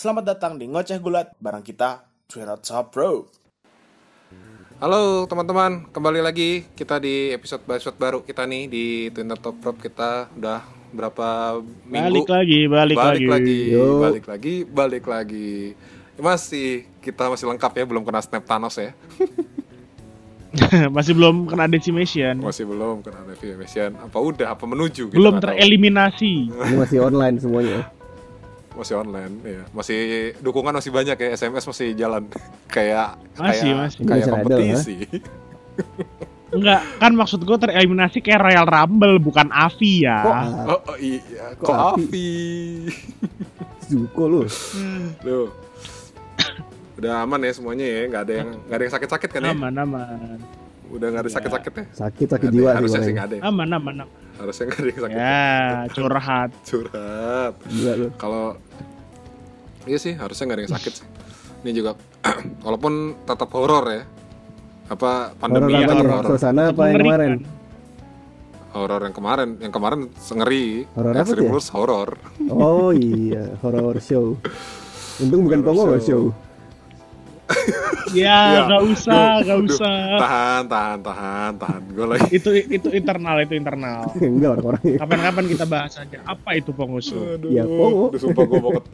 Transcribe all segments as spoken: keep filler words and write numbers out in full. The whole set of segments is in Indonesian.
Selamat datang di Ngoceh Gulat bareng kita, Twin Top Bro. Halo teman-teman, kembali lagi kita di episode episode baru kita nih di Twin Top Bro. Kita udah berapa minggu Balik lagi, balik, balik lagi, lagi. balik lagi, balik lagi. Masih kita masih lengkap ya, belum kena snap Thanos ya. Masih belum kena decimation. Masih belum kena decimation. Apa udah? Apa menuju? Kita Belum nggak tahu. tereliminasi. Ini masih online semuanya. Masih online, ya. Masih dukungan masih banyak ya, S M S masih jalan. kayak Masih, kayak masih. kayak Masih ada, kompetisi. Enggak, kan maksud gue tereliminasi kayak Royal Rumble, bukan Avi ya. Kok Oh, oh iya, kok, Kok Avi? Avi? Zuko lu? Loh. Udah aman ya semuanya ya, nggak ada yang nggak ada yang sakit-sakit kan ya? Aman, aman. Udah nggak ada Ya. sakit-sakit ya? Sakit sakit Nggak jiwa ada, sih harusnya sih paling. nggak ada. Ya. Aman, aman, aman. Harusnya nggak ada yang sakit. Ya, curhat. Curhat. Gila lu. Kalau iya sih harusnya nggak ada yang sakit sih. Ini juga walaupun tetap horor ya. Apa Horor pandemi apa tetap nih? horor. Suasana apa yang Mengerikan. kemarin? Horor yang kemarin, yang kemarin sengeri. Horor apa Extreme tuh ya? Rules horor. Oh iya, horror show. Untung bukan Horror Pongo show. show. Ya, Ya. nggak usah, Duh, nggak duh. usah. Tahan, tahan, tahan, tahan. Gue lagi. Itu itu internal, itu internal. Enggak orang-orangnya. Kapan-kapan kita bahas aja. Apa itu Pongoso? Aduh, Ya, Pongo. aduh, sumpah gue mau ket...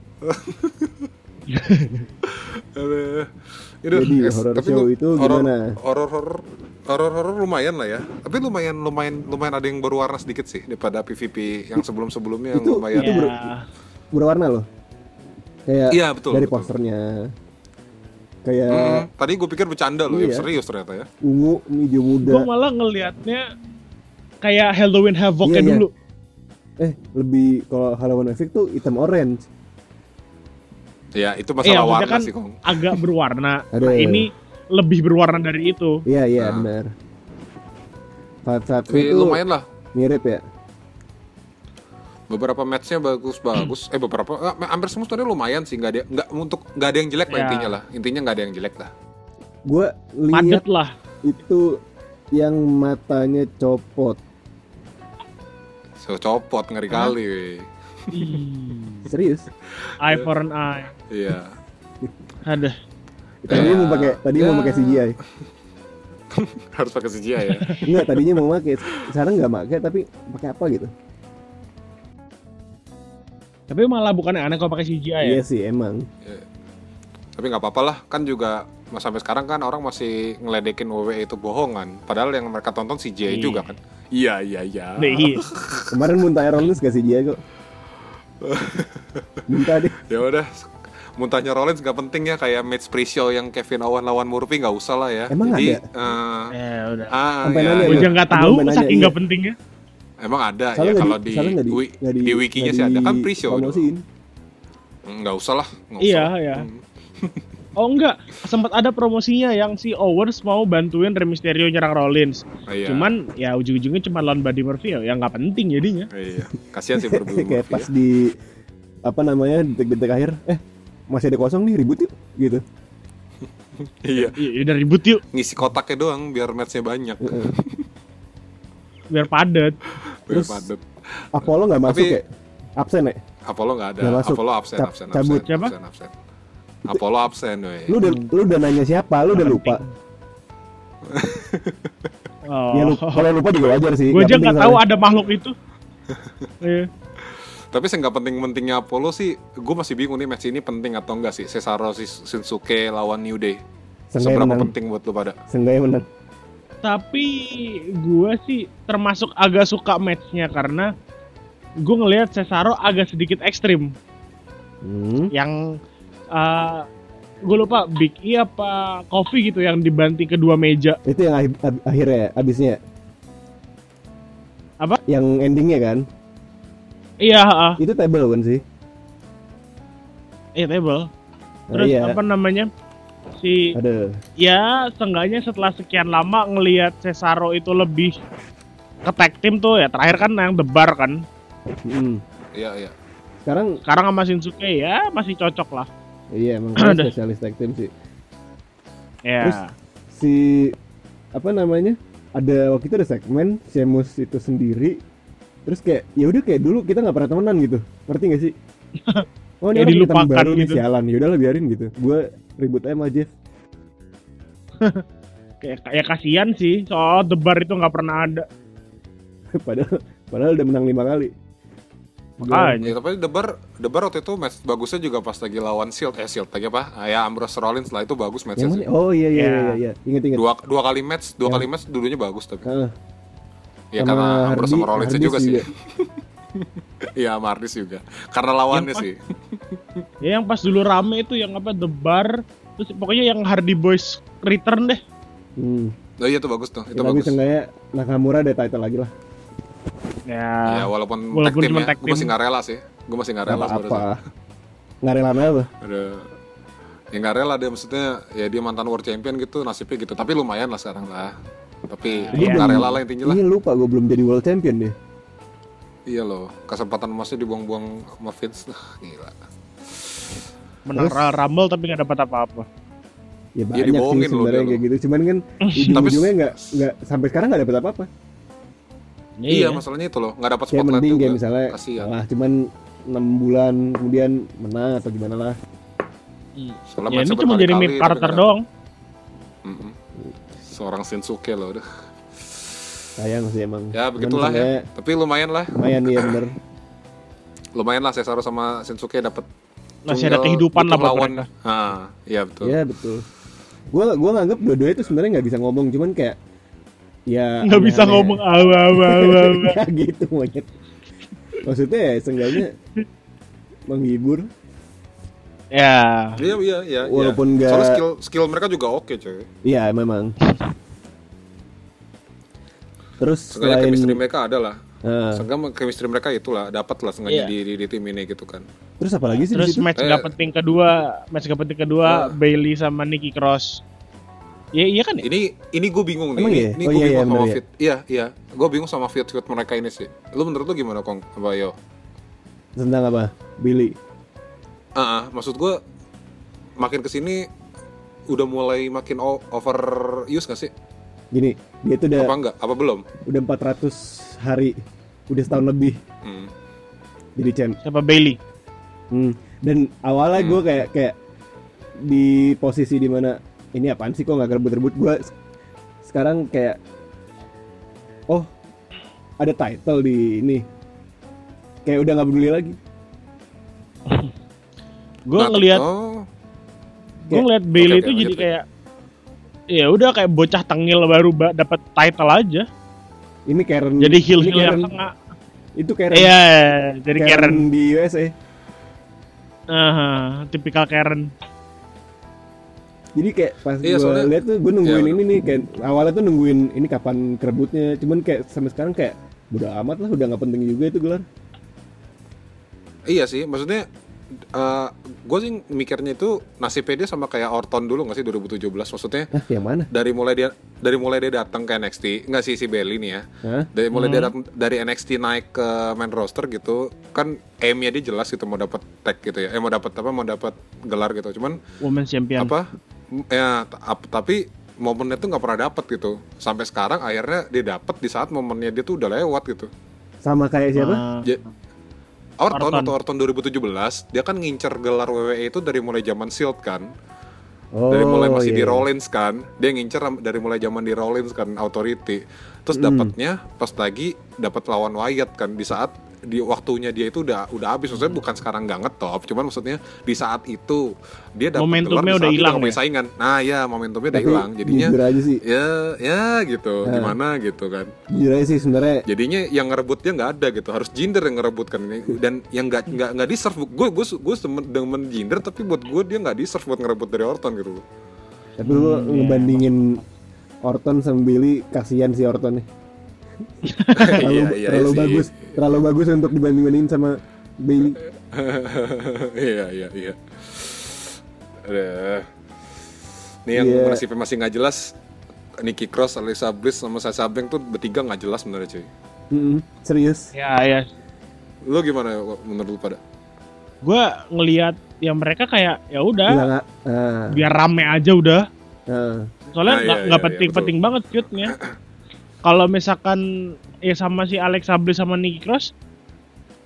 Aduh. Aduh, Jadi, es- horror tapi show lu- itu horror- gimana? Horor-horor horor-horor lumayan lah ya. Tapi lumayan lumayan lumayan ada yang berwarna sedikit sih daripada P V P yang sebelum-sebelumnya yang Itu- lumayan. itu ber- Ya, Berwarna loh. Kayak Iya, betul, dari betul. posternya. Kayak Hmm, tadi gue pikir bercanda loh, ya Iya. serius ternyata ya. ungu, hijau gue muda. malah ngelihatnya kayak Halloween Havoc-nya Iya, iya. dulu. Eh, lebih kalau Halloween Effect tuh hitam orange. Ya, itu Iya, masalah maksudnya warna kan sih, Kong. agak berwarna. Ada. Nah, ini lebih berwarna dari itu. Iya, iya Nah. benar. Saat-saat Tapi itu lumayan lah. mirip ya. Beberapa matchnya bagus-bagus. Eh beberapa, eh, hampir semua sebenarnya lumayan sih. Nggak ada, nggak untuk nggak ada yang jelek lah Ya. intinya lah. Intinya nggak ada yang jelek lah. Gue Padet lihat lah. itu yang matanya copot. So copot ngeri Hah? kali. weh. Ih, Serius? eye for an eye. Iya. Ada. Tadinya Ya. mau pakai tadi mau Ya. pakai C G I. Harus pakai C G I ya. Enggak, tadinya mau pakai. Sekarang nggak pakai tapi pakai apa gitu. Tapi malah bukan aneh kalau pakai C G I Iya ya. sih emang. Tapi nggak apa-apa lah, kan juga mas- sampai sekarang kan orang masih ngeledekin W W E itu bohongan. Padahal yang mereka tonton C G I Iya. juga kan. Iya iya iya. Nah, iya. Kemarin muntah Rollins gak C G I kok. Muntah deh. Ya udah, muntahnya Rollins nggak penting ya, kayak match pre-show yang Kevin Owens lawan Murphy nggak usah lah ya. Emang Jadi, ada? eh, Ya udah. ah, Sampai ya, nanya Gue ya. juga nggak Gua tahu sampai nanya, saking iya. nggak pentingnya. emang ada Soalnya ya nggak kalau di, di, soalnya nggak di, wi- nggak di wikinya nggak sih ada kan di pre-show. promosiin. Nggak usah lah. Nggak Iya, usah. iya. Hmm. Oh enggak, sempat ada promosinya yang si Owens mau bantuin Rey Mysterio nyerang Rollins. Ah, iya. Cuman ya ujung-ujungnya cuma lawan Buddy Murphy ya, yang nggak penting jadinya. Iya, kasihan sih berburu. Kayak pas di apa namanya detik-detik akhir, eh masih ada kosong nih ribut yuk gitu. Iya, Iya, udah ribut yuk, ngisi kotaknya doang biar matchnya banyak. Heeh. biar padat. Biar Terus- padat. Apollo nggak masuk Tapi- ya? Absen ya? Apollo nggak ada. Nggak masuk. Apollo absen, Cap- absen, cabut. absen, Siapa? absen, absen. Apollo absen, weh. Lu udah lu udah nanya siapa? Lu udah lupa. Oh. Ya lupa. Kalau lupa juga wajar sih. Gue aja penting nggak tahu soalnya. ada makhluk itu. Iya. Tapi yang nggak penting-pentingnya Apollo sih, gue masih bingung nih match ini penting atau enggak sih. Cesaro Sis- Shinsuke lawan New Day. Seenggaknya Seberapa menang. penting buat lu pada? Seenggaknya menang. Tapi gue sih termasuk agak suka matchnya karena gue ngelihat Cesaro agak sedikit ekstrim. Hmm. Yang gue lupa Big E apa Kofi gitu yang dibanting kedua meja. Itu yang akhir, ab- akhirnya abisnya. Apa? Yang endingnya kan? Iya, ah, Itu table kan sih? iya table. Ah, Terus iya. apa namanya? Si Ada. ya seenggaknya setelah sekian lama ngelihat Cesaro itu lebih ke tag team tuh ya terakhir kan yang The Bar kan. Hmm. Iya, iya. Sekarang Sekarang sama Shinsuke ya masih cocok lah. iya emang Ada. dia spesialis tag team sih. Ya. Terus si apa namanya? Ada waktu itu ada segmen Sheamus itu sendiri. Terus kayak ya udah kayak dulu kita nggak pernah temenan gitu. Ngerti gak sih? Oh, Kayak ini orang dilupakan kita baru nih gitu. sialan. Yaudah lah biarin gitu. Gue ribut aja sama Jeff. Kayak kayak kasihan sih, soal The Bar itu nggak pernah ada. padahal padahal udah menang lima kali. Makanya. Ya, tapi Debar Debar waktu itu match bagusnya juga pas lagi lawan Shield eh Shield lagi apa? Ah, ya Ambrose Rollins lah itu bagus Yang matchnya mana? sih. Oh iya iya Ya. iya iya. Ingat ingat. Dua dua kali match, dua Ya. kali match dulunya bagus tapi. Heeh. Ya Sama karena Ambrose Hardy- sama Rollins Hardy juga sih. juga. Iya, sama Hardys juga. Karena lawannya Yang pas- sih. Ya yang pas dulu rame itu yang apa The Bar, terus pokoknya yang Hardy Boys return deh. Hmm. Oh iya itu bagus tuh, itu Ya, tapi bagus. seenggaknya Nakamura ada title lagi lah. Ya. Ya walaupun, Walaupun tag team cuma ya, tag gue masih team. nggak rela sih. Gue masih nggak Gak rela sebenarnya. apa-apa. Nggak rela apa? Ada ya nggak rela dia maksudnya ya dia mantan world champion gitu nasibnya gitu. Tapi lumayan lah sekarang lah. Tapi Iya. nggak rela lah intinya lah. Iya lupa gue belum jadi world champion deh. Iya loh, kesempatan emasnya dibuang-buang sama Vince. Nah, gila. Menang Terus? Royal Rumble tapi nggak dapat apa-apa. Ya Iya, banyak sih dibohongin loh sebenarnya dia kayak loh. gitu. Cuman kan ujung-ujungnya nggak nggak sampai sekarang nggak dapet apa-apa. Iya, masalahnya itu loh, nggak dapat Kayak spotlight mending juga. kayak misalnya Kasihan. kalah cuman enam bulan kemudian menang atau gimana lah. Soalnya Ya ini match-nya cuma jadi berkali-kali, mid tapi Carter nggak doang. dapet. Mm-mm. Seorang Shinsuke loh udah. Sayang sih emang. Ya Cuman begitulah ya. seenggaknya Tapi lumayan lah, Lumayan iya bener. lumayan lah Cesaro sama Shinsuke dapat Masih ada kehidupan lah buat lawan. mereka. Ah, iya betul. Iya betul. Gua gua nganggap dua-duanya itu sebenarnya nggak bisa ngomong cuman kayak ya Nggak bisa aneh-aneh. ngomong awa-awa. Nggak gitu monyet. Maksudnya ya seenggaknya menghibur. Ya. Iya iya iya. Walaupun iya. nggak- Soalnya skill skill mereka juga oke coy. Iya memang. Terus Sengaja selain chemistry mereka ada lah. Ah, Sengaja chemistry mereka itulah dapat lah sengaja Iya. di, di, di tim ini gitu kan. terus apa lagi sih di Terus situ? match Eh. gak penting kedua, match gak penting kedua Ah. Bailey sama Nikki Cross. Ya iya kan ya? Ini ini gue bingung nih. Emang Ini, iya? ini Oh, gue iya, iya, bingung sama bener ya. fit. Iya iya. Gue bingung sama fit fit mereka ini sih. Lu menurut lu gimana Kong? Apa yo? Tentang apa? Billy. Ah, ah, maksud gue makin kesini udah mulai makin o- overuse gak sih? Gini, dia tuh udah Apa enggak? Apa belum? udah empat ratus hari, udah setahun lebih Hmm. jadi champ. Siapa Bailey? Hmm. Dan awalnya Hmm. gue kayak kayak di posisi dimana ini apaan sih kok nggak rebut-rebut gue. Sekarang kayak oh ada title di ini, kayak udah nggak peduli lagi. Gue Nah, ngelihat, Oh, gue ngelihat Bailey Oke, itu oke, jadi lanjut. kayak, ya udah kayak bocah tengil baru ba- dapat title aja. Ini Karen. Jadi heel ini heel yang Karen. tengah. Itu Karen. Iya, jadi Karen. di U S A. Aha, tipikal Karen. Jadi kayak pas Iya, gue soalnya- lihat tuh gue nungguin Iya, ini nih kayak awalnya tuh nungguin ini kapan kerebutnya. Cuman kayak sampai sekarang kayak udah amat lah, udah nggak penting juga itu gelar. iya sih. Maksudnya gue sih mikirnya itu nasibnya dia sama kayak Orton dulu nggak sih dua ribu tujuh belas. Maksudnya Hah, yang mana? dari mulai dia dari mulai dia datang ke N X T nggak sih si Bailey nih ya. Hah? Dari mulai dia datang dari N X T naik ke main roster gitu kan aim-nya dia jelas gitu mau dapat tag gitu ya. Eh mau dapat apa mau dapat gelar gitu. Cuman Women's Champion. apa m- ya t- ap- tapi momennya tuh nggak pernah dapat gitu. Sampai sekarang akhirnya dia dapat di saat momennya dia tuh udah lewat gitu. Sama kayak siapa? Ah, Ja- Orton, Orton. atau Orton dua ribu tujuh belas dia kan ngincer gelar W W E itu dari mulai zaman Shield kan. Oh, Dari mulai masih di iya. Rollins kan, dia ngincer ram- dari mulai zaman di Rollins kan Authority. Terus Hmm. dapatnya pas lagi dapat lawan Wyatt kan di saat di waktunya dia itu udah udah habis. Maksudnya bukan sekarang nggak ngetop, cuman maksudnya di saat itu dia dapat gelar Momentumnya di udah saat dia hilang nggak punya ya? saingan. Nah ya momentumnya udah Tapi hilang. Jadinya jujur aja sih, ya ya gitu Nah. gimana gitu kan. jujur aja sih sebenarnya Jadinya yang ngerebutnya nggak ada gitu, harus Jinder yang ngerebut kan, dan yang nggak nggak nggak deserve. Gue gue gue demen Jinder tapi buat gue dia nggak deserve buat ngerebut dari Orton gitu. tapi lu ngebandingin Orton sama Billy, kasihan si Orton nih. terlalu Iya, iya terlalu sih. bagus, terlalu bagus untuk dibanding-bandingin sama Bailey. Iya iya iya. Ada. Nih yang Iya. masih masih nggak jelas, Nikki Cross, Alexa Bliss sama Sasha Banks tuh bertiga nggak jelas sebenarnya cuy. Mm-mm, serius. ya ya. Lu gimana menurut lu pada? Gue ngelihat ya mereka kayak ya udah Gila nggak? Ah, biar rame aja udah. ah. Soalnya Ah, nggak iya, nggak iya, penting-penting banget feudnya. Kalau misalkan ya sama si Alexa Bliss sama Nikki Cross,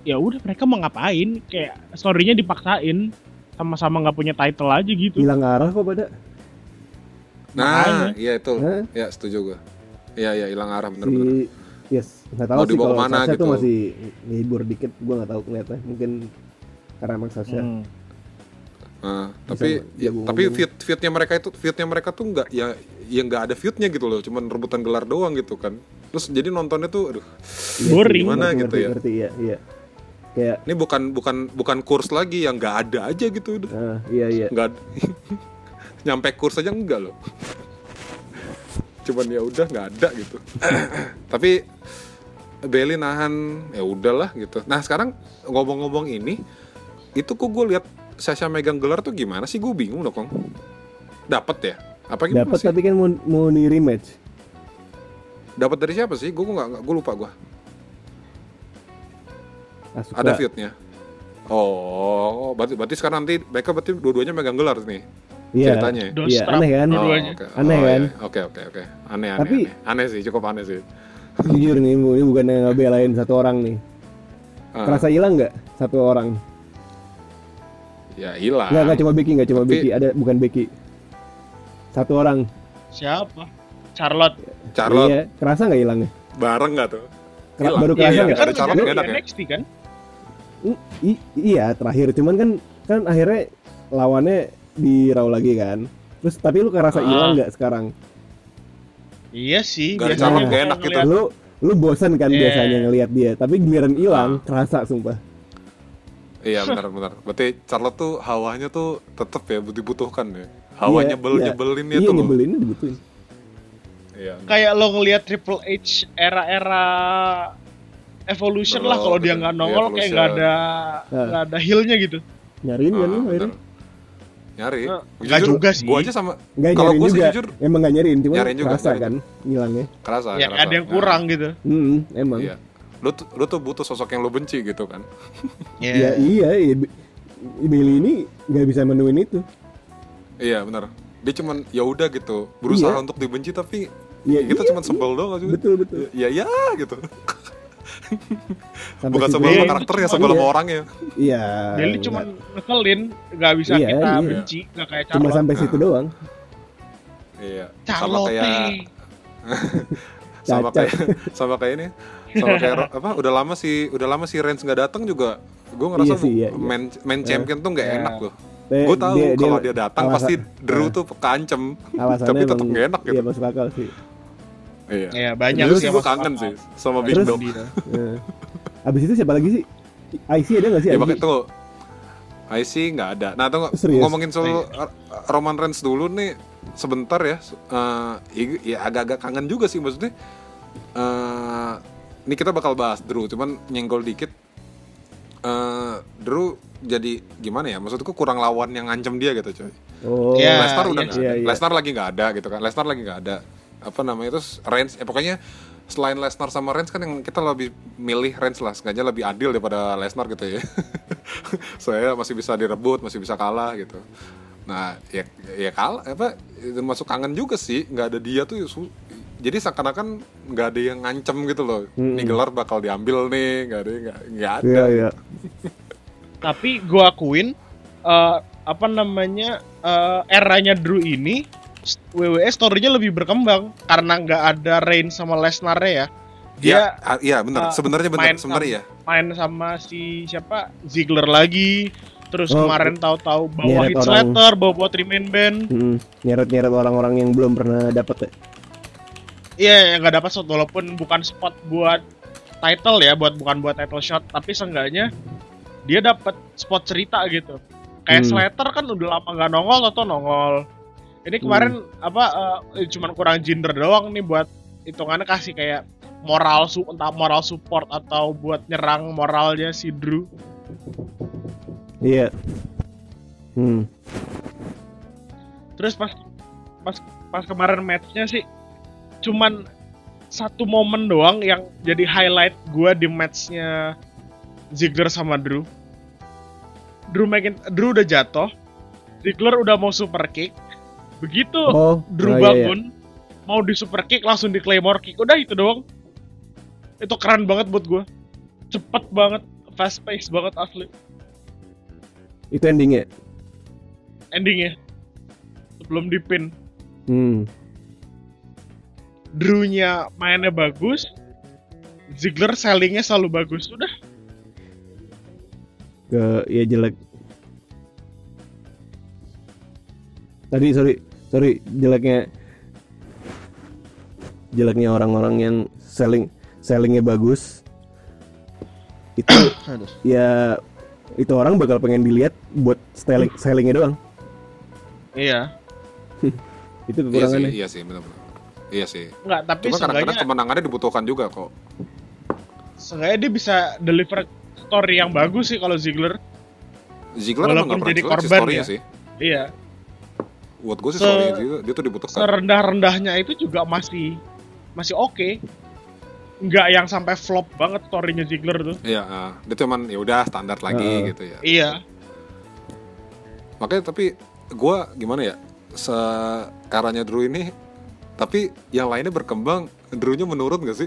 ya udah mereka mau ngapain, kayak story-nya dipaksain, sama-sama nggak punya title aja gitu. Hilang arah kok pada. Nah, Makanya. iya itu. Hah? Ya, setuju gua. Iya, iya, hilang arah bener-bener. Si yes, nggak tahu Mau sih dibawa kalau kemana Sasha tuh gitu. masih ngehibur dikit, gua nggak tahu ngeliatnya. Mungkin karena emang Sasha. Hmm. Nah, tapi Bisa ya, jago tapi ngomong. feud feudnya mereka itu feudnya mereka tuh nggak ya yang nggak ada feudnya gitu loh, cuman rebutan gelar doang gitu kan. Terus jadi nontonnya tuh aduh, Iya Boring. sih, Gimana ngerti, gitu ya? Ngerti, iya, iya. Kayak, ini bukan bukan bukan kurs lagi yang nggak ada aja gitu udah. ah, iya iya. Nggak ada. Nyampe kurs aja enggak loh. Cuman ya udah nggak ada gitu. Tapi Bailey nahan ya udahlah gitu. Nah sekarang ngomong-ngomong ini, itu kok gue lihat Sasha megang gelar tuh gimana sih, gue bingung loh Kong. Dapat ya? Apa gimana Dapat sih? tapi kan mau mau di rematch. Dapat dari siapa sih? Gue nggak, gue lupa gue. Asuka. Ada feud-nya. Oh, berarti, berarti sekarang nanti mereka berarti dua-duanya megang gelar nih. Iya. Ceritanya. Dos Iya, strap aneh kan? dua-duanya. oke. Aneh Oh, kan? iya. Oke, oke, oke. Aneh, aneh. Tapi- aneh. Aneh sih, cukup aneh sih. Jujur nih, ini bukan yang ngebelain satu orang nih. Ah, Kerasa hilang nggak satu orang? ya hilang. Nggak, nggak cuma Becky, nggak cuma Tapi- Becky, ada bukan Becky. Satu orang. Siapa? Charlotte. Charlotte Iya, kerasa nggak hilangnya? bareng nggak tuh? Kera- Hilang. baru Iya, kerasa iya, nggak? ada Kan Charlotte ngejaga enak di ya. N X T kan? Mm, i- iya, terakhir cuman kan kan akhirnya lawannya di Raw lagi kan. Terus tapi lu kerasa Ah. hilang nggak sekarang? Iya sih. Gak ada biasanya Charlotte, gua gak enak gitu. ngeliat- Lu lu bosan kan Iya. biasanya ngelihat dia, tapi giliran hilang Ah. kerasa sumpah. Iya benar-benar. Berarti Charlotte tuh hawanya tuh tetep ya dibutuhkan ya. Hawa Iya, nyebel iya. nyebelinnya Iya, tuh. loh. nyebelinnya dibutuhin. Iya. Kayak lo ngelihat Triple H era-era Evolution lah, Betul, kalau dia betul. nggak nongol Iya, kayak nggak ada Ah. nggak ada healnya gitu. Nyariin kan Ah, lu bener. akhirnya. Nyari. Eh, nggak Jujur, juga sih. Gua aja sama Nggak kalau nyariin gua sih juga. jujur Emang nggak nyariin, cuma Nyariin juga, kerasa nyariin. kan hilangnya. kerasa. Ya kerasa. ada yang Nah, kurang gitu. Hmm, emang. Iya. Lu tuh, lu tuh butuh sosok yang lu benci gitu kan. Ya iya, iya. Be- Bailey ini nggak bisa menuin itu. Iya benar. Dia cuman ya udah gitu, berusaha Iya. untuk dibenci tapi Iya, kita iya. cuman sebel doang sih. Betul betul. Ya ya gitu. Sampai Bukan situ sebel Iya, sama itu karakternya, cuma- sebel sama iya. orangnya. Iya. Bailey nggak- cuma ngeselin, nggak bisa Iya, kita iya. benci, nggak kayak cuma Charlotte. sampai situ doang. Iya. Sama Charlotte. kayak sama Cacat. kayak sama kayak ini. Sama kayak Ro- apa? Udah lama sih, udah lama si Reigns nggak datang juga. Gue ngerasa Iya sih, bu- iya, iya. main main champion tuh nggak Iya. enak loh. Eh, Gue tahu dia- kalau dia- dia datang alasan- pasti Drew eh. tuh kancem. Alasannya Tapi tetap emang- nggak enak gitu. Iya masuk akal sih. Iya. Ya banyak Dulu sih sih yang gue masuk kangen akal. sih sama Big Terus- Dog. Dia. Eh. Abis itu siapa lagi sih? I C ada nggak sih? Ya I C? makanya tuh I C nggak ada. Nah tunggu Serius? ngomongin soal R- Roman Reigns dulu nih sebentar ya. Eh, ya- ya agak-agak kangen juga sih maksudnya. Eh, ini kita bakal bahas Drew, cuman nyenggol dikit. Eh, Drew jadi gimana ya? Maksudku kurang lawan yang ngancem dia gitu coy. Oh. Iya. Lesnar udah iya, nggak iya, ada. iya. Lesnar lagi nggak ada gitu kan. Lesnar lagi nggak ada. Apa namanya terus Reigns? Ya pokoknya selain Lesnar sama Reigns kan yang kita lebih milih Reigns lah, sengaja lebih adil daripada Lesnar gitu ya. Saya masih bisa direbut, masih bisa kalah gitu. Nah, ya ya kalah apa masuk kangen juga sih, nggak ada dia tuh su- jadi seakan-akan nggak ada yang ngancem gitu loh. Mm-mm. Nih gelar bakal diambil nih, nggak ada nggak nggak ada. Iya iya. Tapi gue akuin eh, apa namanya eh, eranya Drew ini W W E story-nya lebih berkembang karena nggak ada Reigns sama Lesnar ya. Iya, Dia ah, iya benar. uh, Sebenarnya benar, main sebenarnya ya. main sama si siapa Ziggler lagi. Terus Oh, kemarin tahu-tahu bawa nyeret hit orang. slater, bawa bawa three man band. Mm-mm. Nyeret-nyeret orang-orang yang belum pernah dapet ya. Iya, yang nggak dapat shot walaupun bukan spot buat title ya, buat bukan buat title shot, tapi seenggaknya dia dapat spot cerita gitu. Kayak Hmm. Slater kan udah lama nggak nongol atau nongol. Ini kemarin apa eh, cuman kurang gender doang nih buat hitungannya kasih kayak moral su entah moral support atau buat nyerang moralnya si Drew. Iya. Hmm. Terus pas pas pas kemarin matchnya sih cuman satu momen doang yang jadi highlight gua di matchnya Ziggler sama Drew. Drew makin Drew udah jatuh, Ziggler udah mau super kick. Begitu Oh, Drew oh, iya, iya. bangun mau di super kick langsung di claymore kick. Udah itu doang. Itu keren banget buat gua. Cepet banget fast pace banget asli Itu endingnya. endingnya sebelum dipin. Hmm. Drew-nya mainnya bagus, Ziggler sellingnya selalu bagus. Udah. Ke ya jelek. Tadi sorry sorry jeleknya jeleknya orang-orang yang selling sellingnya bagus itu ya itu orang bakal pengen dilihat buat selling sellingnya doang. Iya. Itu Iya sih, kekurangannya. iya sih, benar-benar. Iya sih. Enggak, tapi Cuma kadang-kadang seenggaknya kemenangannya dibutuhkan juga kok. seenggaknya dia bisa deliver story yang bagus sih kalau Ziggler. Ziggler Walaupun emang nggak pernah jadi jelek sih korban story-nya ya. sih. Iya. Buat gue sih Se- story dia, dia tuh dibutuhkan. Serendah-rendahnya itu juga masih masih oke. Nggak yang sampai flop banget story-nya Ziggler tuh. Iya, uh, dia tuh emang ya udah standar lagi Uh. gitu ya. Iya. Makanya tapi gue gimana ya, sekaranya Drew ini, tapi yang lainnya berkembang, Drew-nya menurun gak sih?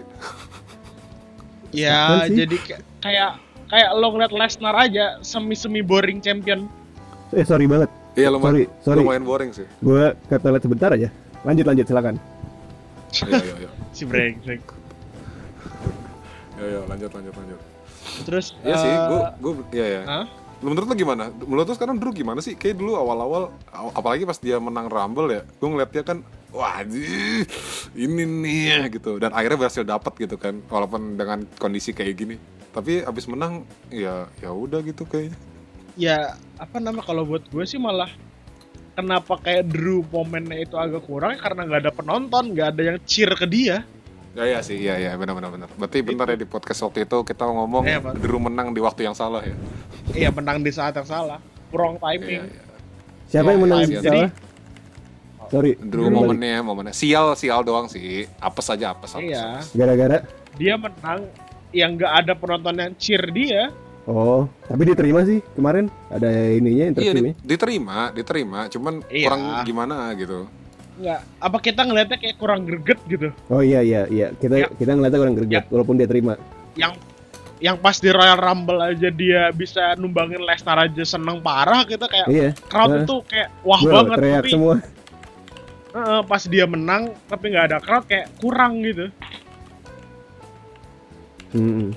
Ya, Apaan sih? jadi kayak kayak kayak lo ngeliat Lesnar aja semi-semi boring champion. Eh sorry banget. Iya lumayan, Sorry, sorry. lumayan boring sih. Gue ke toilet sebentar aja. Lanjut lanjut silakan. Iya iya iya. Si brengsek. Iya iya lanjut lanjut lanjut. Terus Iya sih, eh, gue gue iya ya. hah? Menurut lo gimana? Menurut lo sekarang Drew gimana sih? Kayak dulu awal-awal, aw- apalagi pas dia menang Rumble ya, gue ngeliat dia kan, wah jih, ini nih gitu. Dan akhirnya berhasil dapat gitu kan, walaupun dengan kondisi kayak gini. Tapi abis menang, ya ya udah gitu kayaknya. Ya apa nama kalau buat gue sih malah kenapa kayak Drew momennya itu agak kurang karena nggak ada penonton, nggak ada yang cheer ke dia. Ya iya sih, iya iya benar-benar benar. Berarti bentar ya di podcast waktu itu kita ngomong Iya, Pak. Drew menang di waktu yang salah ya. Iya menang di saat yang salah, wrong Iya timing. iya. Siapa Ya, yang menang jadi- salah? Sorry. Drew balik. momennya, momennya sial sial doang sih. Apes aja apes apes. Iya, apes. Gara-gara dia menang yang nggak ada penonton yang cheer dia. oh, tapi diterima sih kemarin ada ininya Iya interviewnya. di- diterima, diterima, cuman Iya. kurang gimana gitu. Nggak, apa kita ngeliatnya kayak kurang greget gitu. Oh iya iya iya, kita Ya. kita ngeliatnya kurang greget walaupun dia terima. Yang yang pas di Royal Rumble aja dia bisa numbangin Lesnar aja seneng parah kita kayak Iya. crowd Nah, tuh kayak wah gua banget teriak tapi semua. eh, pas dia menang tapi nggak ada crowd kayak kurang gitu. Hmm.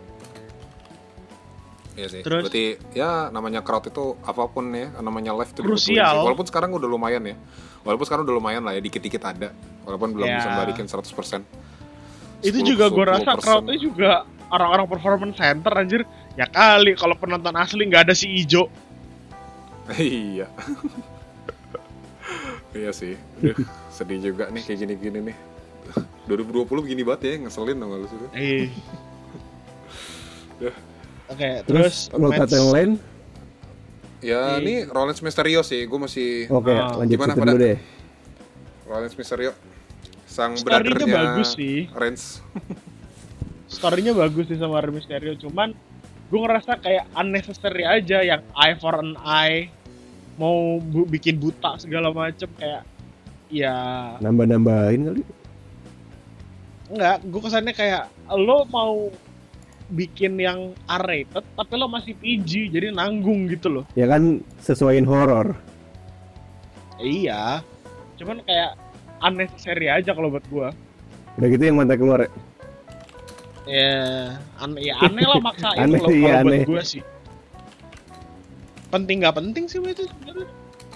Iya sih. Terus? Berarti ya namanya crowd itu apapun ya, namanya live itu Krusial. dibutuhin sih. Walaupun sekarang udah lumayan ya. Walaupun sekarang udah lumayan lah ya, dikit-dikit ada. Walaupun belum Ya. bisa balikin seratus persen. Itu sepuluh, juga gue sepuluh rasa persen. crowdnya juga orang-orang performance center anjir. Ya kali kalau penonton asli nggak ada si Ijo. Iya. Iya sih. Aduh, sedih juga nih kayak gini-gini nih. dua ribu dua puluh begini banget ya, ngeselin dong lu sudah. Eh. Duh. Oke, Terus terus world match- title yang lain? Ya, Iya. ini Rollins Mysterio sih, gue masih Oke, Ah, lanjut gimana situ pada? dulu deh. Rollins Mysterio. Sang Story-nya brothernya bagus sih. Reigns. story-nya bagus sih sama Rey Mysterio, cuman gue ngerasa kayak unnecessary aja yang eye for an eye, mau bu- bikin buta segala macem kayak ya Nambah-nambahin kali. enggak, gue kesannya kayak lo mau bikin yang R-rated tapi lo masih P G jadi nanggung gitu loh. Ya kan sesuaiin horor. Iya, cuman kayak unnecessary aja kalau buat gue. Udah gitu yang mantai keluar ya? Ya, aneh, ya aneh lah maksain Aneh, loh iya, kalau aneh. buat gue sih. Penting nggak penting sih itu sebenarnya.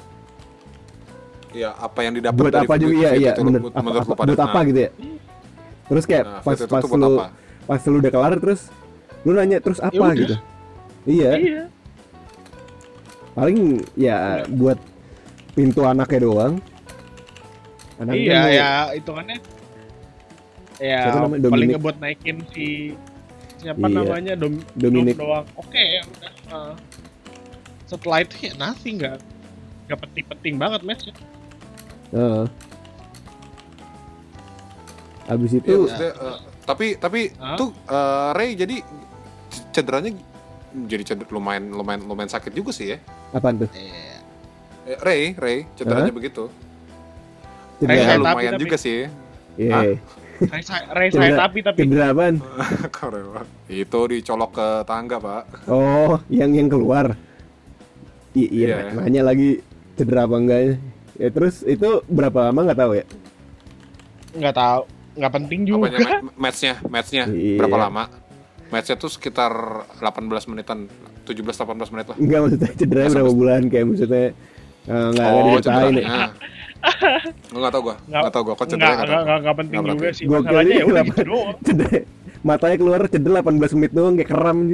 Ya, apa yang didapat Buat dari apa juga video iya itu iya tuh, bener. menurut- Apa, menurut apa, lu pada- buat apa nah, gitu ya? Terus kayak Nah, pas fit itu pas tuh buat lu apa? pas lu udah kelar terus lu nanya terus apa udah. gitu. Iya, Iya. paling ya buat pintu anaknya doang. Anaknya Iya kan mau- ya hitungannya ya Siapa namanya? paling Dominic. ngebuat naikin si siapa Iya. namanya Dom, Dominic. Dom doang. Oke ya udah. Nah, setelah itu ya nothing, nggak nggak penting-penting banget matchnya. Heeh. Abis Iya, itu maksudnya, eh, tapi tapi Hah? tuh eh, Ray jadi c- cederanya jadi ceder lumayan lumayan lumayan sakit juga sih ya. apaan tuh? Iya. Eh, Ray Ray cederanya Hah? begitu. Ray Ya, sakit tapi- lumayan tapi- juga sih. Iya. Hah? Rai say- Rai Cedera- sayat api tapi Cedera apaan? Korewa. Itu dicolok ke tangga, Pak. Oh, yang yang keluar. I- iya, Iya. nanya lagi cedera apa enggak. Ya terus itu berapa lama nggak tahu ya? nggak tahu, nggak penting juga. Apanya ma- match-nya, match-nya Iya. berapa lama? Match-nya tuh sekitar delapan belas menitan, tujuh belas delapan belas menit lah. Enggak, maksudnya cederanya Masa berapa bis- bulan kayak maksudnya eh, nggak nggak Oh, diceritain ya. cederanya. Enggak tahu gua. Enggak tahu gua. Kok Nggak, cederanya nggak, enggak nggak, nggak penting Nggak juga berarti. sih. Gua Masalahnya kira ya udah kenapa gitu doang. cedera matanya keluar cedera delapan belas menit doang kayak keram anjir.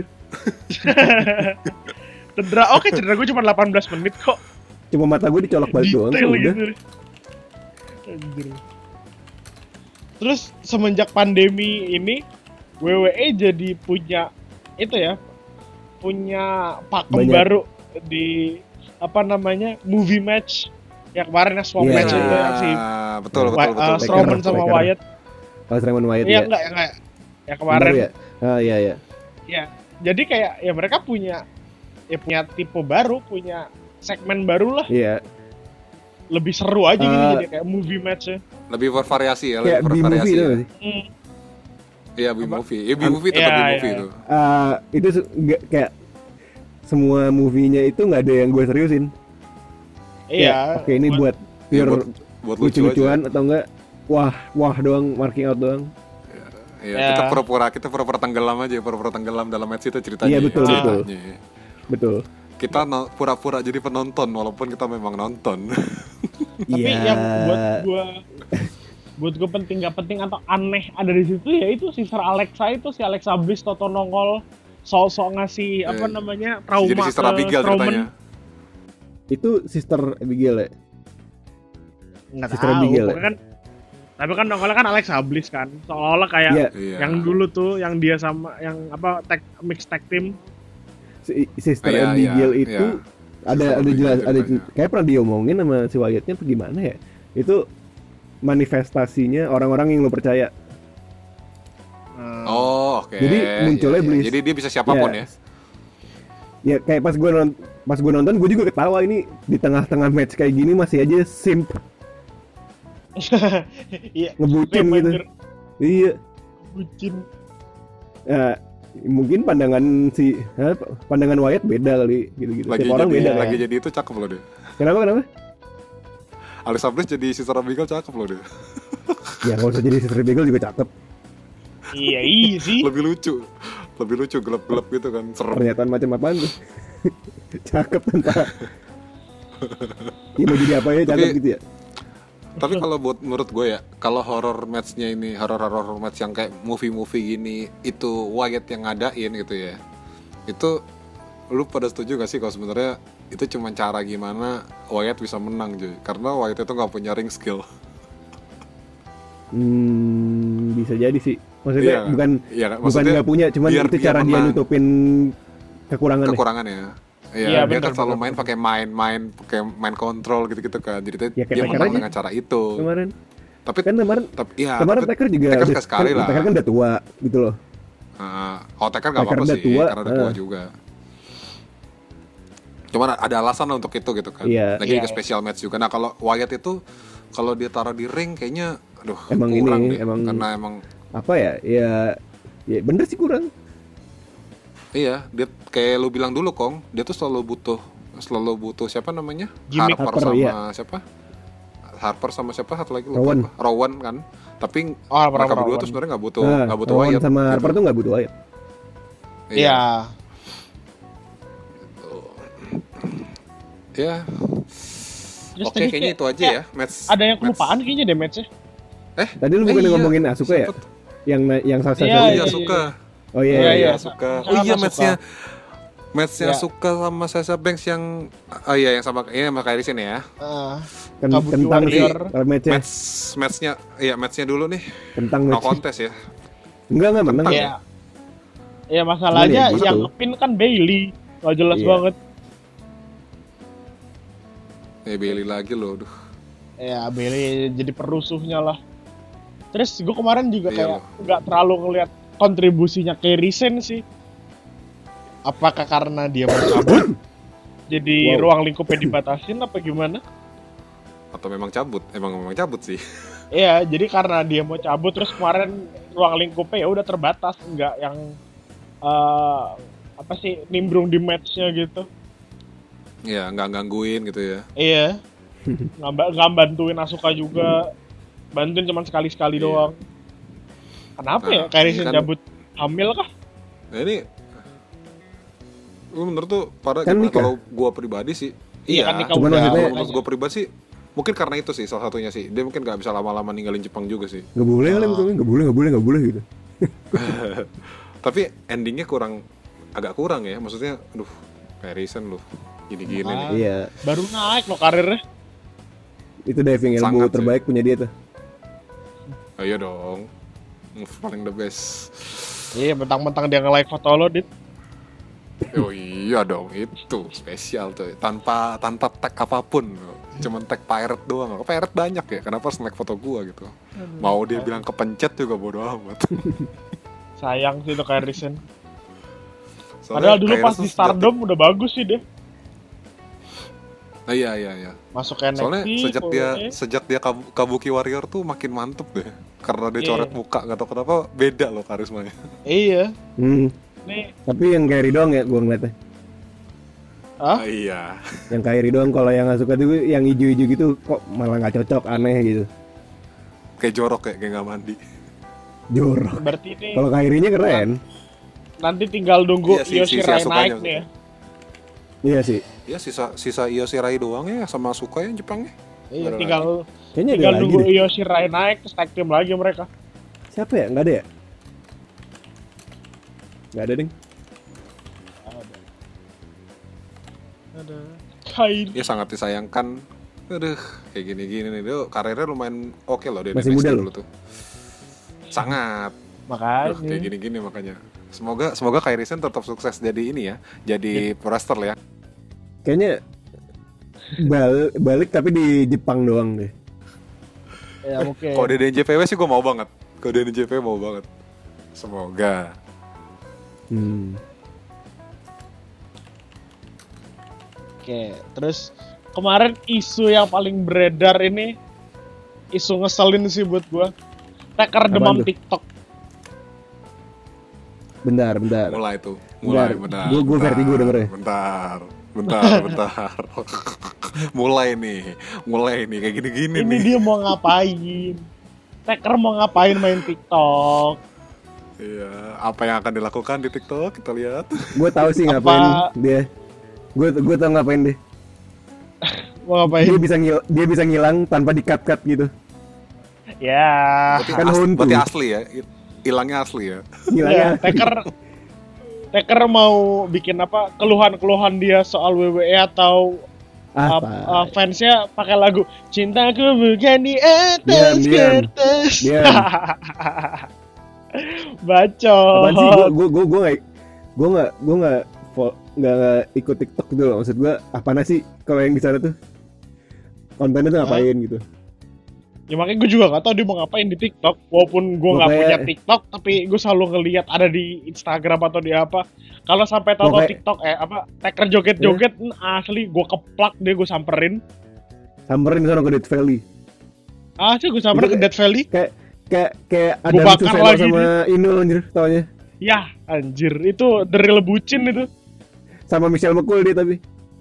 Cedera, oke cedera gue cuma delapan belas menit kok. Cuma mata gue dicolok balik doang Detail udah. gitu. Anjir. Terus semenjak pandemi ini W W E jadi punya itu ya, punya pakem Banyak. baru di apa namanya movie match yang kemarin ya swap Iya. match itu yang si Ah, betul betul Wa- betul. uh, betul. Strowman sama Taker. Wyatt. Oh, Simon Wyatt Iya ya. enggak ya enggak. Ya Baru kemarin. ya? Ah iya iya. Ya. Jadi kayak ya mereka punya ya punya tipe baru, punya segmen baru lah. Iya. Lebih seru aja gitu Uh, jadi kayak movie match-nya. Lebih bervariasi ya, Kayak lebih B-movie bervariasi. itu Ya. nggak sih? Hmm. Iya, B-movie. Iya, B-movie tetap Iya, B-movie iya, itu. Ah, itu se- nggak kayak semua movie-nya itu nggak ada yang gue seriusin. Iya. Ya, Oke, ini buat Ya, pure buat buat lucu aja. lucu-lucuan atau enggak wah wah doang, marking out doang. Iya, Ya. kita pura-pura kita pura-pura tenggelam aja, pura-pura tenggelam dalam match itu ceritanya. Iya, betul, betul. Ceritanya. Betul. Kita no- pura-pura jadi penonton walaupun kita memang nonton. Tapi Iya. yang buat gua buat gua penting gak penting atau aneh ada di situ ya itu Sister Alexa itu si Alexa Bliss Toto nongol sok-sok ngasih apa Eh, namanya trauma jadi Sister ke Abigail Strowman. ceritanya. Itu Sister Abigail ya? Nggak Sister tahu Abigail ya? pokoknya kan tapi kan nongolnya kan Alexa Bliss kan seolah-olah kayak Iya, Iya. yang dulu tuh yang dia sama yang apa tag mix tag team. si- Sister Iya, Abigail iya, itu iya. ada Sister ada Abigail jelas ada ceritanya. kayak pernah diomongin sama si Wyattnya apa gimana ya? Itu manifestasinya orang-orang yang lo percaya. Oh, oke. Jadi munculnya Iya, iya. Bliss. Jadi dia bisa siapapun Iya. ya. Ya kayak pas gue nonton pas gue nonton gue juga ketawa ini di tengah-tengah match kayak gini masih aja simp Iya. ngebucin Memang gitu. ger- Iya. Bucin. Ya, mungkin pandangan si hah, pandangan Wyatt beda kali gitu-gitu. Lagi Tiap orang jadi beda. lagi kan. jadi itu cakep loh dia. Kenapa kenapa? Alexa Bliss jadi Sister Abigail cakep loh dia. Ya kalau usah jadi Sister Abigail juga cakep. Iya, iya sih. Lebih lucu. Lebih lucu gelap-gelap gitu kan. Serem. Pernyataan macam apaan tuh? Cakep tanpa. Ya mau jadi apa ya cakep Tapi- gitu ya. Tapi kalau buat menurut gue ya, kalau horror match-nya ini, horror-horror match yang kayak movie-movie gini, itu Wyatt yang ngadain gitu ya. Itu lu pada setuju gak sih kalau sebenarnya itu cuma cara gimana Wyatt bisa menang cuy? Karena Wyatt itu nggak punya ring skill. Hmm, bisa jadi sih. Maksudnya Iya, bukan iya kan? bukan Maksudnya nggak punya, cuman biar itu dia cara dia menang. nutupin kekurangan. Kekurangannya. Iya, Iya, dia bener, kan selalu bener. main pakai main-main, pakai main kontrol gitu-gitu kan. Jadi Ya, kayak dia Taker menang aja. dengan cara itu. Kemarin Tapi kan kemarin tapi ya, kemarin tapi, Taker juga Taker udah- sekali kan, lah. Taker kan udah tua gitu loh. Uh, oh Taker nggak Taker apa-apa udah sih, tua, karena udah tua ah. juga. Cuman ada alasan lah untuk itu gitu kan. Iya. Lagi Iya, ke iya. special match juga. Nah kalau Wyatt itu kalau dia taruh di ring kayaknya, aduh Emang kurang ini, deh. emang- Karena emang Apa ya? Ya ya bener sih kurang. iya dia kayak lu bilang dulu Kong, dia tuh selalu butuh selalu butuh siapa namanya? Gimmick. Harper, Harper, sama iya. siapa? Harper sama siapa satu lagi lupa Rowan. gua. Rowan kan. Tapi Oh, Harper mereka sama berdua Rowan. tuh sebenarnya nggak butuh Nah, nggak butuh Rowan Wyatt. sama gitu. Harper tuh nggak butuh Wyatt. Iya. Ya. Terus Oke tadi kayaknya kayak- itu aja kayak ya match. Ada yang match. kelupaan kayaknya deh match-nya. Eh, Tadi lu eh, bukan iya. ngomongin Asuka ya? Sempet. Yang na- yang Sasha Iya, Oh sama- iya iya, suka. Oh iya. Iya, iya. Iya iya. suka. Sama Oh iya suka. matchnya matchnya Iya. suka sama Sasha Banks yang oh iya yang sama iya sama Kairi sini ya. Ah, Ken- Kabuki kentang sih Warrior. kalau matchnya. Match matchnya iya matchnya dulu nih. Kentang No match. contest ya. Enggak enggak menang. Iya. Ya masalahnya Cuman ya, yang gitu. ngepin kan Bailey. Gak jelas Iya. banget. Eh Bailey lagi loh. Aduh. Ya Bailey jadi perusuhnya lah. Terus gue kemarin juga Iya kayak loh. nggak terlalu ngeliat kontribusinya Kairi Sane sih. Apakah karena dia mau cabut? Jadi Wow. ruang lingkupnya dibatasin apa gimana? Atau memang cabut? Emang memang cabut sih. Iya, jadi karena dia mau cabut terus kemarin ruang lingkupnya ya udah terbatas, nggak yang eh, apa sih nimbrung di match-nya gitu. Iya, nggak gangguin gitu ya. Iya. Nggak ba- nggak bantuin Asuka juga. Bantuin cuma sekali-sekali Iya. doang. Kenapa Nah, ya Kairi Sen ini kan- cabut hamil kah? Nah ini, gue menurut tuh pada Kan gimana? nikah. Kalau gue pribadi sih, Iya, iya. kan nikah Cuman udah. maksudnya- Kalau menurut gue pribadi sih, mungkin karena itu sih salah satunya sih. Dia mungkin nggak bisa lama-lama ninggalin Jepang juga sih. Nggak boleh kali betul, nggak boleh, nggak boleh, nggak boleh gitu. Tapi endingnya kurang, agak kurang ya. Maksudnya, aduh, Harrison loh, gini-gini Ah. nih. Iya, Baru naik loh karirnya. itu diving ilmu Sangat sih. terbaik punya dia tuh. Oh, iya dong, move paling the best. Iya, mentang-mentang dia nge-like foto lo, Dit. Oh iya dong, itu spesial tuh. Tanpa tanpa tag apapun, cuman tag pirate doang. Pirate banyak ya, kenapa harus nge-like foto gua gitu? Mau dia bilang kepencet juga bodo amat. Sayang sih itu Kairi Sen. Soalnya Padahal dulu Kairi pas tuh di sejak Stardom udah bagus sih dia. Nah, iya iya iya. Masuk N X T. Soalnya sejak dia pokoknya. sejak dia Kab- Kabuki Warrior tuh makin mantep deh. Karena dia Iya. coret muka, nggak tahu kenapa beda loh karismanya. Iya. Hmm. Nih, Tapi yang Kairi doang ya gua ngeliatnya. ah? Ah, iya. Yang Kairi doang, kalau yang nggak suka tuh yang hijau-hijau gitu kok malah nggak cocok, aneh gitu. Kayak jorok ya, kayak nggak mandi. Jorok. Berarti ini Kalau Kairinya keren. nanti tinggal nunggu Iya sih, Yoshi si- si Rai Asukanya naik nih ya. Iya sih. Ya sisa sisa Io Shirai doang ya sama Asuka yang Jepang ya. Iya, Baru tinggal Kayaknya ada tinggal lagi nunggu deh. Yoshi Rai naik terus tag team lagi mereka. Siapa ya? Nggak ada ya? Nggak ada ding. Ada Kairi. Ya sangat disayangkan. Aduh, kayak gini-gini nih. Dia karirnya lumayan oke loh dia Masih di N X T muda dulu loh. tuh. Sangat. Aduh, Makanya. kayak gini-gini makanya. Semoga semoga Kairi Sen tetap sukses jadi ini ya, jadi wrestler ya. Kayaknya bal- balik tapi di Jepang doang deh. Ya mungkin. Kalau dia di N J P W sih gue mau banget. Kalau dia di N J P W mau banget. Semoga. Hmm. Oke, terus kemarin isu yang paling beredar ini isu ngeselin sih buat gua. Taker demam tuh? TikTok. Bentar, bentar. Mulai tuh. Mulai Bentar, bentar. gua- gua bentar, vertigo dengernya. Bentar. Bentar, bentar. Mulai nih. Mulai nih kayak gini-gini Ini nih. dia mau ngapain? Taker mau ngapain main TikTok? Iya, apa yang akan dilakukan di TikTok kita lihat. Gue tahu sih Apa- ngapain dia. Gue gue tahu ngapain deh. Mau ngapain? Dia bisa ngil dia bisa ngilang tanpa di-cut-cut gitu. Ya. Berarti, Kan asli, hantu. berarti asli ya. Hilangnya asli ya. Ngilangnya. Ya, Taker Taker mau bikin apa? Keluhan-keluhan dia soal W W E atau uh, Apa? uh, fansnya pakai lagu Cintaku bukan di atas Diam, diam. kertas. Diam. Bacot. Apaan sih? Gue gue gue gue nggak gue nggak gue nggak fo- nggak nggak ikut TikTok gitu loh. Maksud gue apaan sih kalau yang di sana tuh kontennya tuh ngapain gitu? Ya makanya gue juga gak tau dia mau ngapain di TikTok. Walaupun gue gak Pokoknya- punya TikTok, tapi gue selalu ngelihat ada di Instagram atau di apa. Kalau sampai tahu Pokoknya- TikTok eh apa Taker joget-joget hmm, asli gue keplak deh, gue samperin. Samperin sana ke Death Valley. Asli gue samperin Itu ke Death Valley. Kayak kayak kayak Gua ada bakar Suseno lagi sama Inul anjir taunya. Ya anjir itu dari lebucin itu. Sama Michelle McCool dia tapi.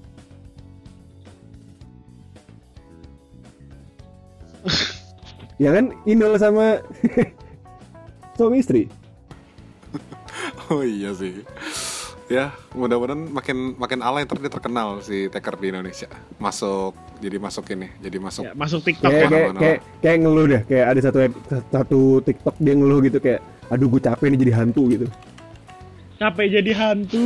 Ya kan Inul sama suami istri. Oh iya sih. Ya, mudah-mudahan makin makin alay ntar dia terkenal si Taker di Indonesia. Masuk jadi masuk ini, jadi masuk. Ya, masuk TikTok Kayak ya. kayak, mana-mana. kayak kayak ngeluh deh, kayak ada satu satu TikTok dia ngeluh gitu kayak aduh gue capek nih jadi hantu gitu. Capek jadi hantu.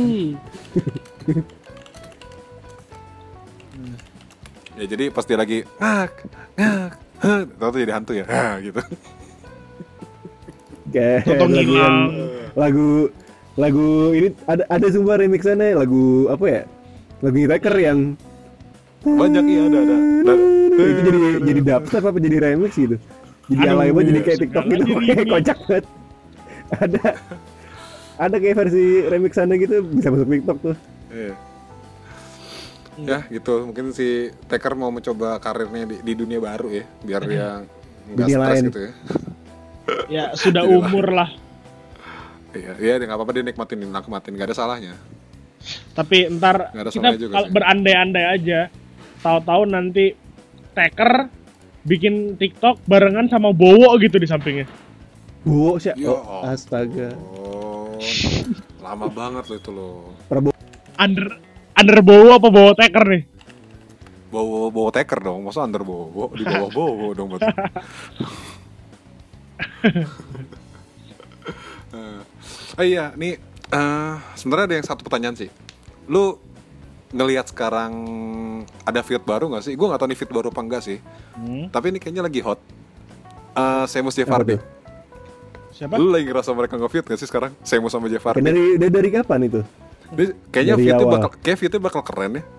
Ya jadi pas dia lagi ngak ngak ngak, tahu jadi hantu ya. Ah, gitu. Kayak Contoh lagu ngilang. yang lagu lagu ini ada ada sumpah remixannya lagu apa ya? Lagu Taker yang Banyak iya ada ada. ada. itu jadi jadi dubstep apa jadi remix gitu. Jadi Aduh, alay banget jadi kayak segala TikTok gitu jadi kayak remix. kocak banget. Ada ada kayak versi remixannya gitu bisa masuk TikTok tuh. Iya. Ya gitu, mungkin si Taker mau mencoba karirnya di, di dunia baru ya, biar dia nggak Dunia stres lain. gitu ya. Ya sudah Jadi lah. umur lah. Iya, iya dia nggak apa-apa, dia nikmatin, nikmatin, nggak ada salahnya. Tapi ntar Nggak ada kita salahnya juga kalau sih. berandai-andai aja. Tahu-tahu nanti Taker bikin TikTok barengan sama Bowo gitu di sampingnya. Bowo sih. Ya Oh, astaga. Oh, lama banget loh itu loh. Prabowo. Under under Bowo apa Bowo Taker nih? Bowo Bowo Taker dong, masa under Bowo di bawah Bowo dong berarti. Eh, oh iya, nih eh, sebenarnya ada yang satu pertanyaan sih. Lu ngelihat sekarang ada feud baru nggak sih? Gue nggak tahu nih feud baru apa enggak sih. Hmm. Tapi ini kayaknya lagi hot. Eh, Sheamus Jeff Apa Hardy. tuh? Siapa? Lu lagi ngerasa mereka nge-feud nggak sih sekarang? Sheamus sama Jeff Kan Hardy. dari dari, dari kapan itu? Dia- kayaknya Dari feudnya awal. bakal, kayak feudnya bakal keren ya.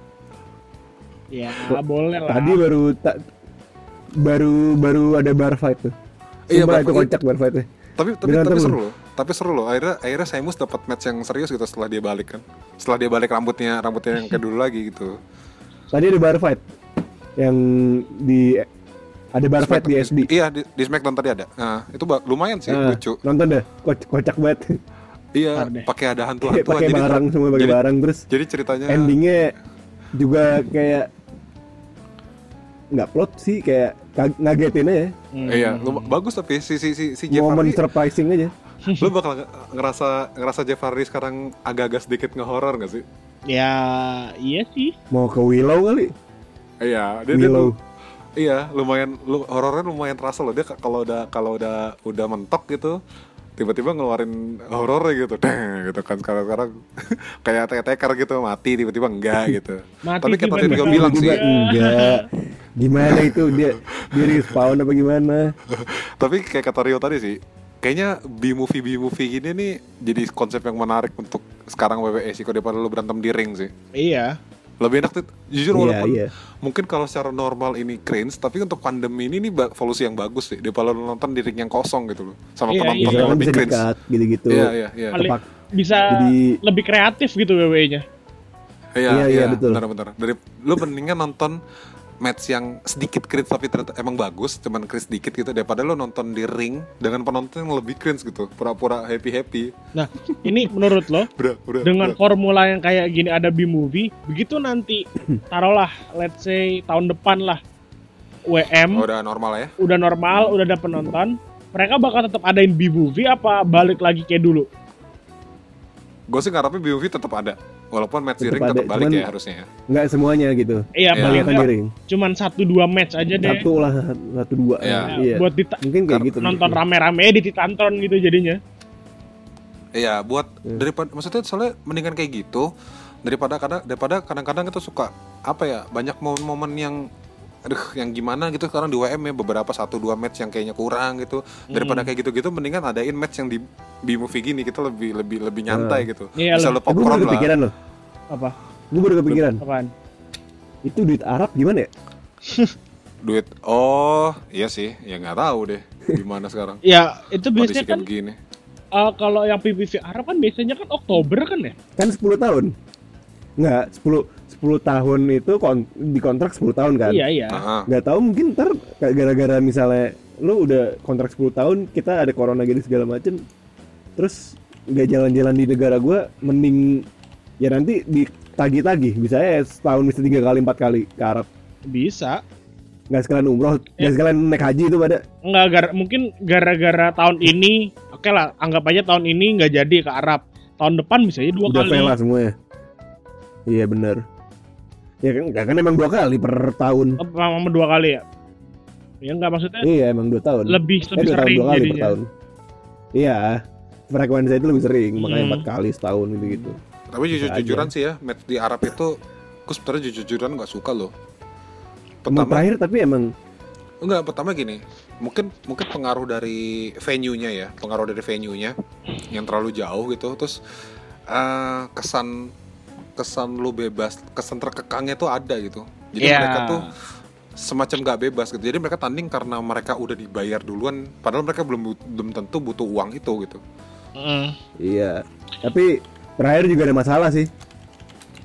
Ya boleh lah. Tadi baru tak baru baru ada bar fight tuh. Iya, Sumpah bar itu fight. kocak bar fight tuh. Tapi tapi Dengan tapi temen. seru loh. Tapi seru loh. Akhirnya akhirnya Sheamus dapat match yang serius gitu setelah dia balik kan. Setelah dia balik rambutnya rambutnya yang kayak dulu lagi gitu. Tadi ada bar fight yang di ada bar fight di S D. Iya, di, di Smackdown tadi ada. Nah, itu ba- lumayan sih, Ah, lucu. nonton deh, Koc- kocak banget. Iya, Ntar deh. pakai ada hantu-hantuan. Pakai jadi- barang semua pakai jadi, barang terus Jadi ceritanya endingnya juga kayak nggak plot sih, kayak kag- ngagetin aja. Hmm. Iya, lu- bagus tapi si si si, si Jeff Momen Hardy, surprising aja. lu bakal nge- ngerasa ngerasa Jeff Hardy sekarang agak-agak sedikit ngehoror gak sih? Ya iya sih. Mau ke Willow kali? Iya, dia, dia Willow. lu- iya, lumayan lu horornya lumayan terasa loh dia k- kalau udah kalau udah udah mentok gitu. Tiba-tiba ngeluarin horornya gitu, deng, gitu kan sekarang-sekarang kayak Taker gitu mati tiba-tiba enggak gitu. Mati Tapi kata tiba-tiba Rio bilang sih, Tiba-tiba enggak. Gimana itu dia dia respawn apa gimana? tapi kayak kata Rio tadi sih, kayaknya B-movie B-movie gini nih jadi konsep yang menarik untuk sekarang W W E sih, kalau daripada lu berantem di ring sih. Iya. Lebih enak tuh, jujur Iya, walaupun iya. mungkin kalau secara normal ini cringe, tapi untuk pandemi ini nih ba- solusi yang bagus sih, daripada lu nonton di ring yang kosong gitu loh, sama Iya, penonton iya. yang Bisa kan lebih bisa cringe. dekat gitu-gitu. Iya iya iya. Paling Tepak. bisa Jadi- lebih kreatif gitu W W E-nya. Iya Iya, iya iya, betul. benar-benar. Dari lu mendingan nonton match yang sedikit cringe tapi ternyata emang bagus, cuman cringe sedikit gitu, daripada lu nonton di ring dengan penonton yang lebih cringe gitu, pura-pura happy-happy. Nah, ini menurut lo Udah, udah. dengan udah. formula yang kayak gini ada B-movie, begitu nanti taruhlah let's say tahun depan lah W M Oh, udah normal ya. udah normal, udah ada penonton, mereka bakal tetap adain B-movie apa balik lagi kayak dulu? Gue sih ngarepnya B-movie tetap ada, walaupun match di Tetap ring ada, tetap balik cuman- ya harusnya ya. Nggak semuanya gitu. Iya, Iya. paling Kan di nggak ring. cuman satu dua match aja deh. Satu lah, satu dua. Iya. Nah, Iya. buat dita- Mungkin kayak Kar- gitu. nonton rame-rame di Titantron gitu jadinya. Iya, buat Hmm. daripada maksudnya soalnya mendingan kayak gitu daripada kadang daripada kadang-kadang itu suka apa ya, banyak momen-momen yang aduh yang gimana gitu sekarang di W M ya, beberapa satu dua match yang kayaknya kurang gitu. Daripada kayak gitu-gitu mendingan adain match yang di B-movie gini, kita lebih lebih lebih nyantai gitu. Iya Bisa lah. lu Gue popcorn baru lah. kepikiran loh. Apa? Gue baru kepikiran. Apaan? Itu duit Arab gimana ya? Duit. Oh, iya sih. Ya nggak tahu deh gimana sekarang. Ya, itu Kondisi biasanya kayak kan begini. uh, kalau yang P P V Arab kan biasanya kan Oktober kan ya? Kan sepuluh tahun. Nggak, sepuluh sepuluh tahun itu kon- dikontrak sepuluh tahun kan? Iya, iya. Nah, Nggak tahu mungkin ntar kayak gara-gara misalnya lu udah kontrak sepuluh tahun, kita ada corona gini segala macem, terus nggak jalan-jalan di negara gua, mending ya nanti ditagih-tagih, bisa ya setahun bisa tiga kali empat kali ke Arab, Bisa. nggak sekalian umroh, Ya. nggak sekalian naik haji itu pada. Enggak, gara- mungkin gara-gara tahun ini, oke lah, anggap aja tahun ini nggak jadi ke Arab. Tahun depan bisa aja dua Udah kali. fail lah semuanya. Iya bener. Ya kan, nggak kan emang dua kali per tahun. Apa sama dua kali ya? Ya enggak, maksudnya Iya emang dua tahun. lebih Eh, lebih dua tahun sering dua kali per jadinya. tahun. Iya, frekuensi itu lebih sering, makanya Hmm. empat kali setahun gitu gitu. tapi jujur-jujuran sih ya, match di Arab itu gue sebenarnya jujur-jujuran nggak suka loh. Emang Pertama, terakhir tapi emang enggak, pertama gini, mungkin mungkin pengaruh dari venue-nya ya, pengaruh dari venue-nya yang terlalu jauh gitu, terus eh, kesan kesan lu bebas, kesan terkekangnya tuh ada gitu. Jadi Iya. mereka tuh semacam nggak bebas gitu. Jadi mereka tanding karena mereka udah dibayar duluan, padahal mereka belum belum tentu butuh uang itu gitu. Mm. iya. Tapi terakhir juga ada masalah sih.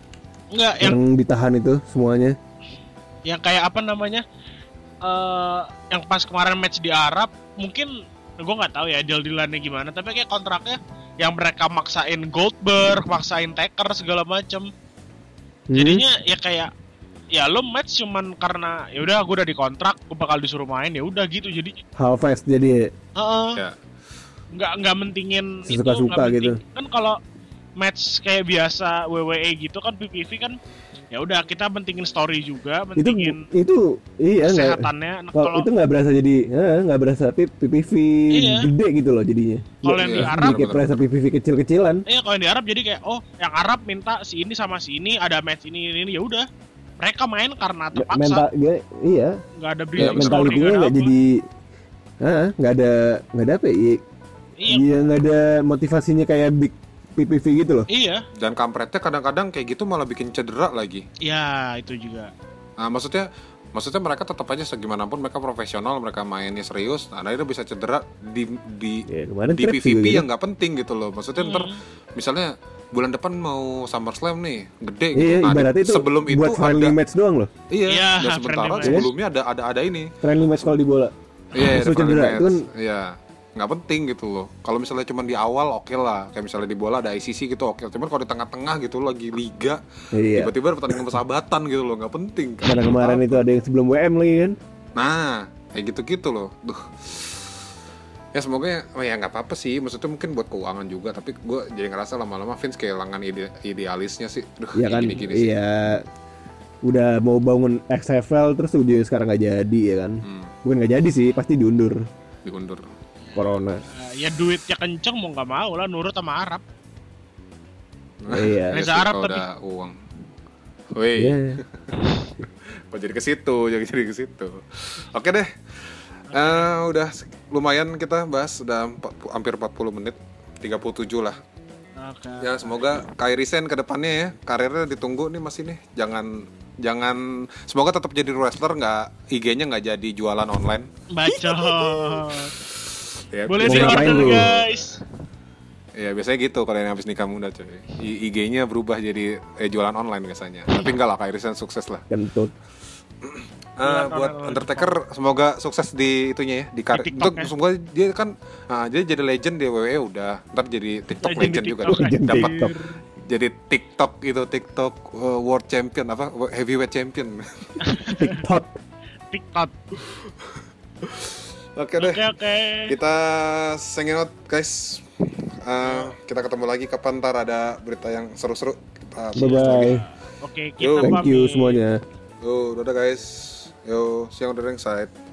Enggak, yang yang ditahan itu semuanya. yang kayak apa namanya? eh yang pas kemarin match di Arab, mungkin gue nggak tahu ya deal-dealannya gimana, tapi kayak kontraknya yang mereka maksain Goldberg, maksain Taker segala macem. Hmm. Jadinya ya kayak ya lo match cuman karena ya udah gue udah dikontrak, gue bakal disuruh main, ya udah gitu. Jadi half fast jadi heeh. Ya. nggak nggak mentingin itu, Sesuka-suka nggak menting- gitu. kan kalau match kayak biasa W W E gitu kan P P V kan ya udah kita mentingin story juga, itu mentingin itu iya nggak kesehatannya. Nah, kalau kalau itu nggak berasa jadi eh, nggak berasa P- PPV Iya. gede gitu loh jadinya. Kalau yang di Jadi Arab- kayak berasa P P V kecil-kecilan. iya kalau yang di Arab jadi kayak oh yang Arab minta si ini sama si ini ada match ini ini, ini. Ya udah mereka main karena terpaksa, Mental dia, iya nggak ada Iya, breathing bener. story, mentalitinya nggak ada nggak apa. jadi ah nggak ada nggak ada apa ya Iya, iya nggak ada motivasinya kayak big P P V gitu loh. iya, Dan kampretnya kadang-kadang kayak gitu malah bikin cedera lagi. ya itu juga. Nah, maksudnya maksudnya mereka tetap aja segimanapun mereka profesional, mereka mainnya serius, nah akhirnya bisa cedera di di Ya, kemarin di Trap P V juga P gitu. yang nggak penting gitu loh. Maksudnya ntar misalnya bulan depan mau SummerSlam nih, gede gitu. Iya, Nah, ibaratnya itu sebelum itu buat friendly ada match doang loh. iya, Iya, dan friendly sementara match. sebelumnya ada ada ada ini. Friendly match kalau di bola. Iya, Terus ada friendly cedera, match. itu kan- Iya. Nggak penting gitu loh. Kalau misalnya cuma di awal oke lah, kayak misalnya di bola ada I C C gitu oke. Cuman kalau di tengah-tengah gitu lagi liga, Iya. tiba-tiba ada pertandingan persahabatan gitu loh, nggak penting. kan. Karena kemarin itu ada yang sebelum W M lagi kan. Nah, kayak gitu-gitu loh. Duh. Ya semoga ya, oh ya nggak apa-apa sih. Maksudnya mungkin buat keuangan juga. Tapi gue jadi ngerasa lama-lama Vince kehilangan ide idealisnya sih. Duh, Iya kan, gini-gini sih. iya. Udah mau bangun X F L terus ujungnya sekarang nggak jadi ya kan. Hmm, Bukan nggak jadi sih, pasti diundur diundur. corona. Uh, ya duitnya kenceng mau nggak mau lah nurut sama Arab. Iya. Reza sih, Arab kalau tapi. udah uang. Woi, Iya. kok jadi ke situ, jadi jadi ke situ. Oke deh. Eh, udah lumayan kita bahas, udah empat puluh hampir empat puluh menit, tiga puluh tujuh lah. Oke. Ya semoga Kairi Sen ke depannya ya karirnya ditunggu nih Mas ini. Jangan jangan semoga tetap jadi wrestler, nggak I G-nya nggak jadi jualan online. Bacot. Ya, Boleh Mau di ngapain order lu? guys. ya biasanya gitu kalau yang habis nikah muda coy. I- IG-nya berubah jadi eh, jualan online biasanya. Tapi enggak lah, Kairi Sen sukses lah. Kentut. Eh, Jualan buat online Undertaker semoga sukses di itunya ya, di karir. Di TikTok Untuk ya. semoga dia kan ah, dia jadi legend di W W E udah. Ntar jadi TikTok Legend di legend, juga. TikTok, Legend Dapat TikTok. jadi TikTok itu TikTok uh, World Champion apa Heavyweight Champion. TikTok. TikTok. Oke deh. Oke oke. Kita sign out guys. Eh, kita ketemu lagi kapan ntar ada berita yang seru-seru. Kita Bye bye. Oke Yo, kita Thank you pamit. semuanya. Yo, dadah guys. Yo, siang udah ringside.